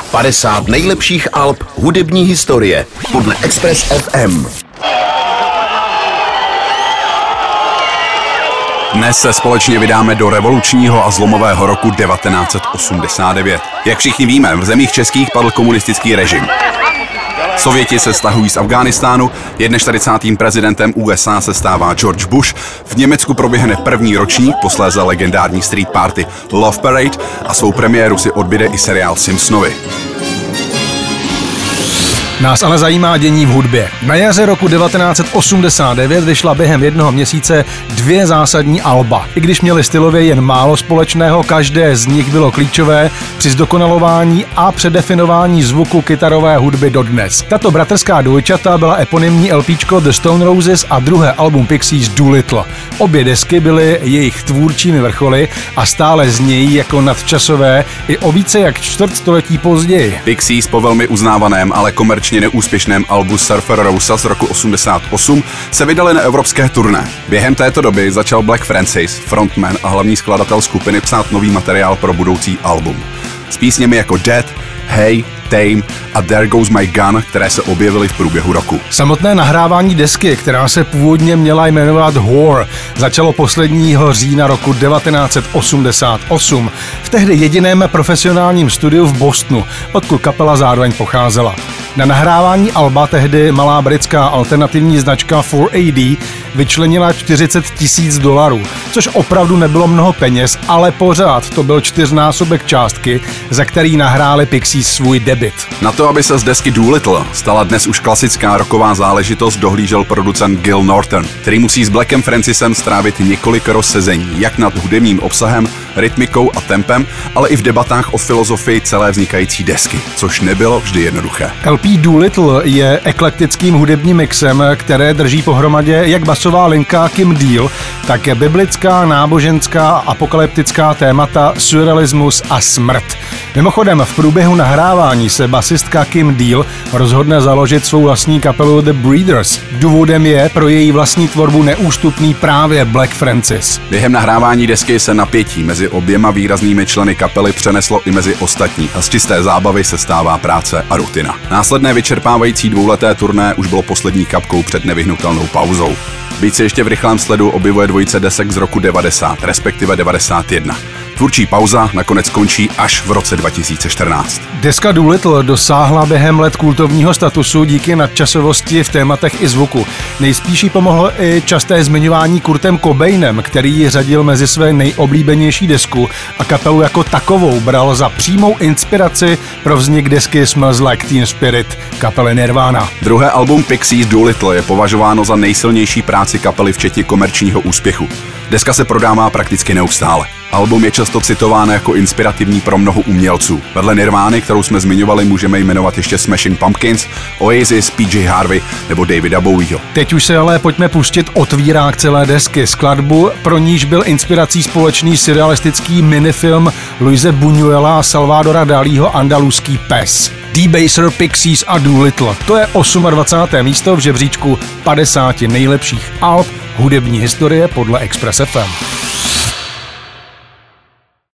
50 nejlepších alb hudební historie podle Express FM. Dnes se společně vydáme do revolučního a zlomového roku 1989. Jak všichni víme, v zemích českých padl komunistický režim. Sověti se stahují z Afghánistánu, 41. prezidentem USA se stává George Bush, v Německu proběhne první ročník, posléze legendární street party Love Parade a svou premiéru si odbyde i seriál Simpsonovi. Nás ale zajímá dění v hudbě. Na jaře roku 1989 vyšla během jednoho měsíce 2 zásadní alba. I když měly stylově jen málo společného, každé z nich bylo klíčové při zdokonalování a předefinování zvuku kytarové hudby dodnes. Tato bratrská dvojčata byla eponymní LPčko The Stone Roses a druhé album Pixies Doolittle. Obě desky byly jejich tvůrčími vrcholy a stále znějí jako nadčasové i o více jak čtvrtstoletí později. Pixies po velmi uznávaném, ale komerčně neúspěšném albu Surfer Rosa z roku 88 se vydali na evropské turné. Během této doby začal Black Francis, frontman a hlavní skladatel skupiny, psát nový materiál pro budoucí album. S písněmi jako Dead, Hey, Tame a There Goes My Gun, které se objevily v průběhu roku. Samotné nahrávání desky, která se původně měla jmenovat Whore, začalo posledního října roku 1988 v tehdy jediném profesionálním studiu v Bostonu, odkud kapela zároveň pocházela. Na nahrávání alba tehdy malá britská alternativní značka 4AD vyčlenila $40,000, což opravdu nebylo mnoho peněz, ale pořád to byl 4násobek částky, za který nahráli Pixies svůj debut. Na to, aby se z desky Doolittle stala dnes už klasická rocková záležitost, dohlížel producent Gil Norton, který musí s Blackem Francisem strávit několik sezení, jak nad hudebním obsahem, rytmikou a tempem, ale i v debatách o filozofii celé vznikající desky, což nebylo vždy jednoduché. LP Doolittle je eklektickým hudebním mixem, které drží pohromadě jak basová linka Kim Deal, tak biblická, náboženská a apokalyptická témata, surrealismus a smrt. Mimochodem, v průběhu nahrávání se basistka Kim Deal rozhodne založit svou vlastní kapelu The Breeders. Důvodem je pro její vlastní tvorbu neústupný právě Black Francis. Během nahrávání desky se napětí mezi oběma výraznými členy kapely přeneslo i mezi ostatní a z čisté zábavy se stává práce a rutina. Následné vyčerpávající dvouleté turné už bylo poslední kapkou před nevyhnutelnou pauzou. Byť se ještě v rychlém sledu objevuje dvojice desek z roku 90, respektive 91. Tvůrčí pauza nakonec končí až v roce 2014. Deska Doolittle dosáhla během let kultovního statusu díky nadčasovosti v tématech i zvuku. Nejspíš jí pomohlo i časté zmiňování Kurtem Cobainem, který ji řadil mezi své nejoblíbenější desku a kapelu jako takovou bral za přímou inspiraci pro vznik desky Smells Like Teen Spirit kapely Nirvana. Druhé album Pixies Doolittle je považováno za nejsilnější práci kapely včetně komerčního úspěchu. Deska se prodává prakticky neustále. Album je často citován jako inspirativní pro mnoho umělců. Vedle Nirvány, kterou jsme zmiňovali, můžeme jmenovat ještě Smashing Pumpkins, Oasis, PJ Harvey nebo Davida Bowieho. Teď už se ale pojďme pustit otvírák celé desky. Skladbu, pro níž byl inspirací společný surrealistický minifilm Luise Buñuela a Salvadora Dalího Andaluský pes. D-Baser, Pixies a Doolittle. To je 28. místo v žebříčku 50 nejlepších alb hudební historie podle Express FM.